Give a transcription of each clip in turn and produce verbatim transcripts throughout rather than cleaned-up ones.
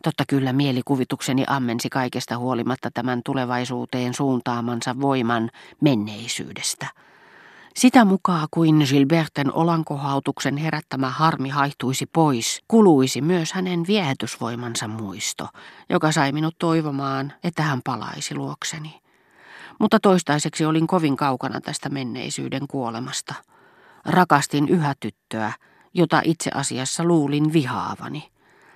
Totta kyllä mielikuvitukseni ammensi kaikesta huolimatta tämän tulevaisuuteen suuntaamansa voiman menneisyydestä. Sitä mukaan kuin Gilberten olankohautuksen herättämä harmi haihtuisi pois, kuluisi myös hänen viehätysvoimansa muisto, joka sai minut toivomaan, että hän palaisi luokseni. Mutta toistaiseksi olin kovin kaukana tästä menneisyyden kuolemasta. Rakastin yhä tyttöä, jota itse asiassa luulin vihaavani.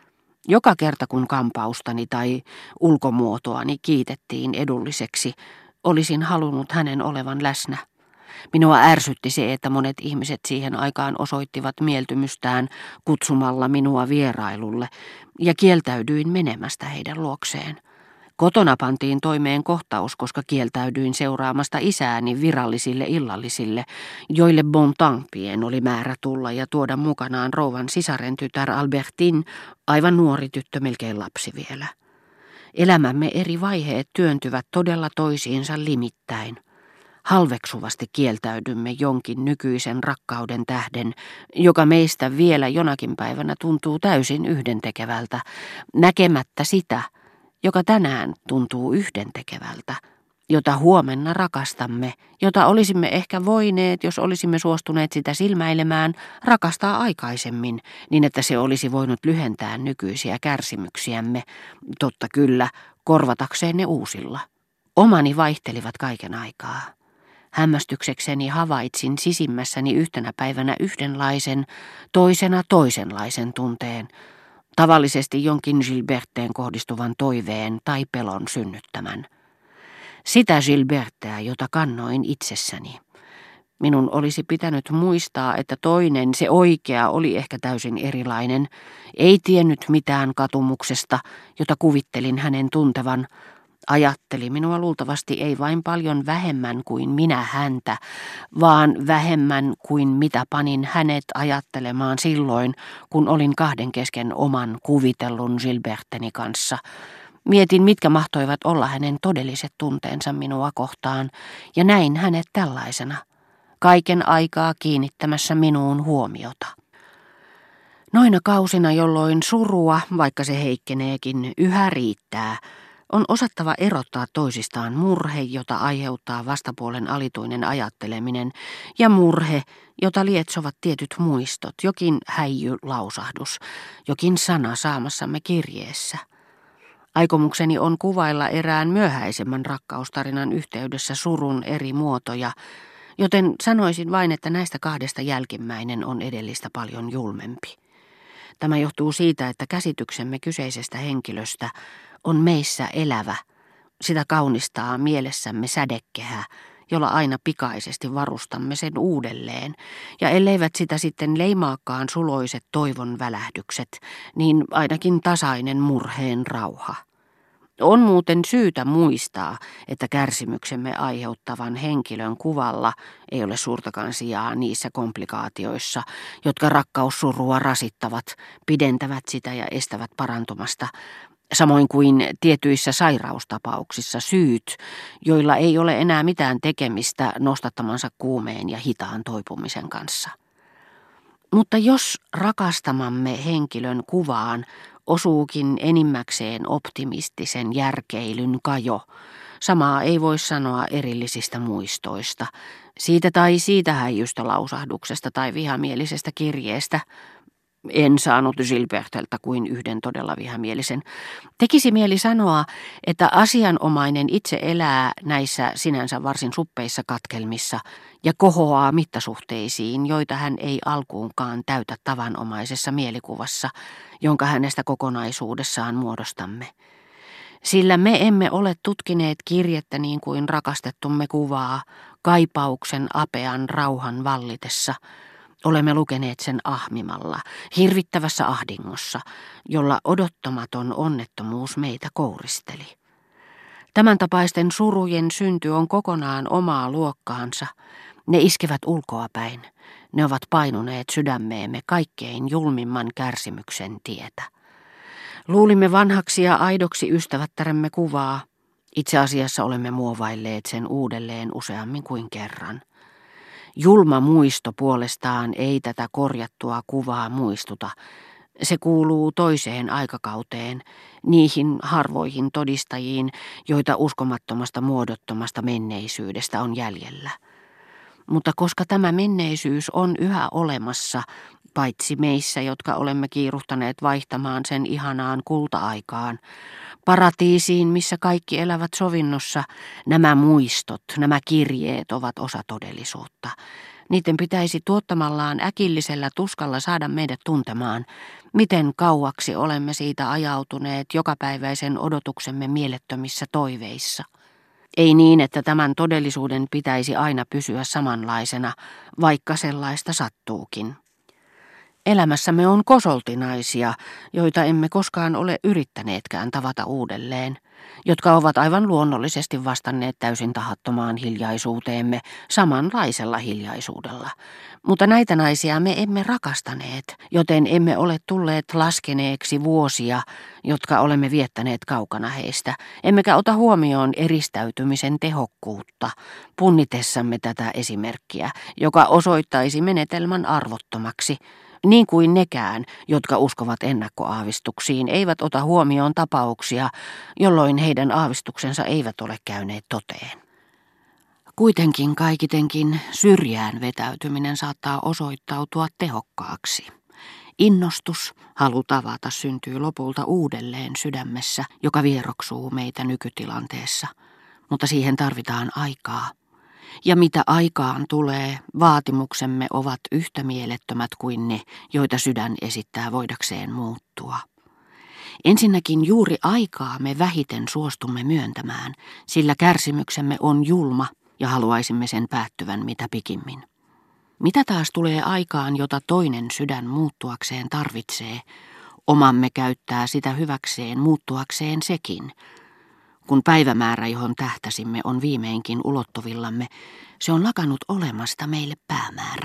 Joka kerta kun kampaustani tai ulkomuotoani kiitettiin edulliseksi, olisin halunnut hänen olevan läsnä. Minua ärsytti se, että monet ihmiset siihen aikaan osoittivat mieltymystään kutsumalla minua vierailulle, ja kieltäydyin menemästä heidän luokseen. Kotona pantiin toimeen kohtaus, koska kieltäydyin seuraamasta isääni virallisille illallisille, joille Bontampien oli määrä tulla ja tuoda mukanaan rouvan sisaren tytär Albertine, aivan nuori tyttö, melkein lapsi vielä. Elämämme eri vaiheet työntyvät todella toisiinsa limittäin. Halveksuvasti kieltäydymme jonkin nykyisen rakkauden tähden, joka meistä vielä jonakin päivänä tuntuu täysin yhdentekevältä, näkemättä sitä, joka tänään tuntuu yhdentekevältä, jota huomenna rakastamme, jota olisimme ehkä voineet, jos olisimme suostuneet sitä silmäilemään, rakastaa aikaisemmin, niin että se olisi voinut lyhentää nykyisiä kärsimyksiämme, totta kyllä, korvatakseen ne uusilla. Omani vaihtelivat kaiken aikaa. Hämmästyksekseni havaitsin sisimmässäni yhtenä päivänä yhdenlaisen, toisena toisenlaisen tunteen, tavallisesti jonkin Gilberteen kohdistuvan toiveen tai pelon synnyttämän. Sitä Gilbertteä, jota kannoin itsessäni. Minun olisi pitänyt muistaa, että toinen, se oikea, oli ehkä täysin erilainen, ei tiennyt mitään katumuksesta, jota kuvittelin hänen tuntevan. Ajatteli minua luultavasti ei vain paljon vähemmän kuin minä häntä, vaan vähemmän kuin mitä panin hänet ajattelemaan silloin, kun olin kahden kesken oman kuvitellun Gilberteni kanssa. Mietin, mitkä mahtoivat olla hänen todelliset tunteensa minua kohtaan, ja näin hänet tällaisena, kaiken aikaa kiinnittämässä minuun huomiota. Noina kausina, jolloin surua, vaikka se heikkeneekin, yhä riittää, on osattava erottaa toisistaan murhe, jota aiheuttaa vastapuolen alituinen ajatteleminen, ja murhe, jota lietsovat tietyt muistot, jokin häijylausahdus, jokin sana saamassamme kirjeessä. Aikomukseni on kuvailla erään myöhäisemmän rakkaustarinan yhteydessä surun eri muotoja, joten sanoisin vain, että näistä kahdesta jälkimmäinen on edellistä paljon julmempi. Tämä johtuu siitä, että käsityksemme kyseisestä henkilöstä on meissä elävä, sitä kaunistaa mielessämme sädekehä, jolla aina pikaisesti varustamme sen uudelleen, ja elleivät sitä sitten leimaakaan suloiset toivon välähdykset, niin ainakin tasainen murheen rauha. On muuten syytä muistaa, että kärsimyksemme aiheuttavan henkilön kuvalla ei ole suurtakaan sijaa niissä komplikaatioissa, jotka rakkaussurua rasittavat, pidentävät sitä ja estävät parantumasta, samoin kuin tietyissä sairaustapauksissa syyt, joilla ei ole enää mitään tekemistä nostattamansa kuumeen ja hitaan toipumisen kanssa. Mutta jos rakastamamme henkilön kuvaan osuukin enimmäkseen optimistisen järkeilyn kajo, samaa ei voi sanoa erillisistä muistoista, siitä tai siitä häijystä lausahduksesta tai vihamielisestä kirjeestä. En saanut Gilberteltä kuin yhden todella vihamielisen. Tekisi mieli sanoa, että asianomainen itse elää näissä sinänsä varsin suppeissa katkelmissa ja kohoaa mittasuhteisiin, joita hän ei alkuunkaan täytä tavanomaisessa mielikuvassa, jonka hänestä kokonaisuudessaan muodostamme. Sillä me emme ole tutkineet kirjettä niin kuin rakastettumme kuvaa, kaipauksen apean rauhan vallitessa. Olemme lukeneet sen ahmimalla, hirvittävässä ahdingossa, jolla odottamaton onnettomuus meitä kouristeli. Tämän tapaisten surujen synty on kokonaan omaa luokkaansa. Ne iskevät ulkoapäin. Ne ovat painuneet sydämeemme kaikkein julmimman kärsimyksen tietä. Luulimme vanhaksi ja aidoksi ystävättäremme kuvaa. Itse asiassa olemme muovailleet sen uudelleen useammin kuin kerran. Julma muisto puolestaan ei tätä korjattua kuvaa muistuta, Se kuuluu toiseen aikakauteen, niihin harvoihin todistajiin, joita uskomattomasta muodottomasta menneisyydestä on jäljellä. Mutta koska tämä menneisyys on yhä olemassa, paitsi meissä, jotka olemme kiiruhtaneet vaihtamaan sen ihanaan kulta-aikaan, paratiisiin, missä kaikki elävät sovinnossa, nämä muistot, nämä kirjeet ovat osa todellisuutta. Niiden pitäisi tuottamallaan äkillisellä tuskalla saada meidät tuntemaan, miten kauaksi olemme siitä ajautuneet jokapäiväisen odotuksemme mielettömissä toiveissa. Ei niin, että tämän todellisuuden pitäisi aina pysyä samanlaisena, vaikka sellaista sattuukin. Elämässämme on kosoltinaisia, joita emme koskaan ole yrittäneetkään tavata uudelleen, jotka ovat aivan luonnollisesti vastanneet täysin tahattomaan hiljaisuuteemme samanlaisella hiljaisuudella. Mutta näitä naisia me emme rakastaneet, joten emme ole tulleet laskeneeksi vuosia, jotka olemme viettäneet kaukana heistä, emmekä ota huomioon eristäytymisen tehokkuutta, punnitessamme tätä esimerkkiä, joka osoittaisi menetelmän arvottomaksi, niin kuin nekään, jotka uskovat ennakkoaavistuksiin, eivät ota huomioon tapauksia, jolloin heidän aavistuksensa eivät ole käyneet toteen. Kuitenkin kaikitenkin syrjään vetäytyminen saattaa osoittautua tehokkaaksi. Innostus, halu tavata syntyy lopulta uudelleen sydämessä, joka vieroksuu meitä nykytilanteessa, mutta siihen tarvitaan aikaa. Ja mitä aikaan tulee, vaatimuksemme ovat yhtä mielettömät kuin ne, joita sydän esittää voidakseen muuttua. Ensinnäkin juuri aikaa me vähiten suostumme myöntämään, sillä kärsimyksemme on julma ja haluaisimme sen päättyvän mitä pikimmin. Mitä taas tulee aikaan, jota toinen sydän muuttuakseen tarvitsee, omamme käyttää sitä hyväkseen muuttuakseen sekin. Kun päivämäärä, johon tähtäsimme, on viimeinkin ulottuvillamme, se on lakannut olemasta meille päämäärä.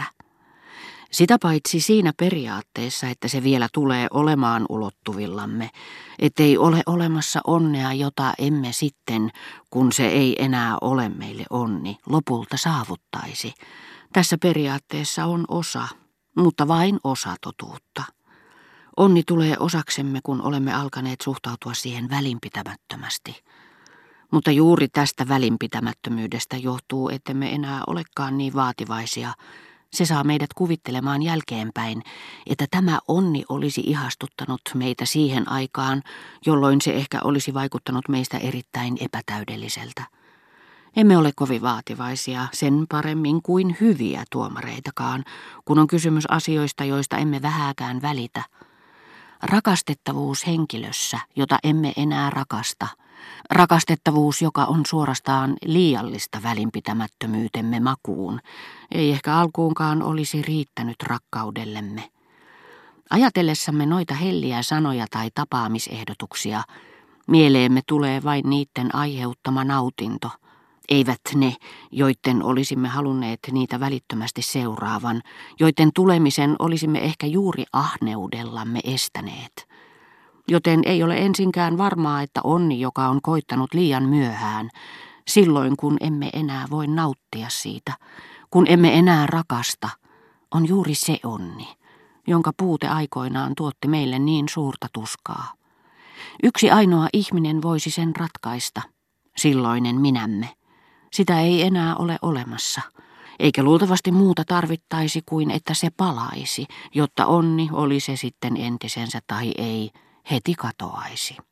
Sitä paitsi siinä periaatteessa, että se vielä tulee olemaan ulottuvillamme, ettei ole olemassa onnea, jota emme sitten, kun se ei enää ole meille onni, lopulta saavuttaisi. Tässä periaatteessa on osa, mutta vain osa totuutta. Onni tulee osaksemme, kun olemme alkaneet suhtautua siihen välinpitämättömästi. Mutta juuri tästä välinpitämättömyydestä johtuu, ettemme enää olekaan niin vaativaisia. Se saa meidät kuvittelemaan jälkeenpäin, että tämä onni olisi ihastuttanut meitä siihen aikaan, jolloin se ehkä olisi vaikuttanut meistä erittäin epätäydelliseltä. Emme ole kovin vaativaisia, sen paremmin kuin hyviä tuomareitakaan, kun on kysymys asioista, joista emme vähääkään välitä. Rakastettavuus henkilössä, jota emme enää rakasta. Rakastettavuus, joka on suorastaan liiallista välinpitämättömyytemme makuun, ei ehkä alkuunkaan olisi riittänyt rakkaudellemme. Ajatellessamme noita helliä sanoja tai tapaamisehdotuksia, mieleemme tulee vain niiden aiheuttama nautinto, eivät ne, joiden olisimme halunneet niitä välittömästi seuraavan, joiden tulemisen olisimme ehkä juuri ahneudellamme estäneet. Joten ei ole ensinkään varmaa, että onni, joka on koittanut liian myöhään, silloin kun emme enää voi nauttia siitä, kun emme enää rakasta, on juuri se onni, jonka puute aikoinaan tuotti meille niin suurta tuskaa. Yksi ainoa ihminen voisi sen ratkaista, silloinen minämme. Sitä ei enää ole olemassa, eikä luultavasti muuta tarvittaisi kuin että se palaisi, jotta onni, oli se sitten entisensä tai ei, heti katoaisi.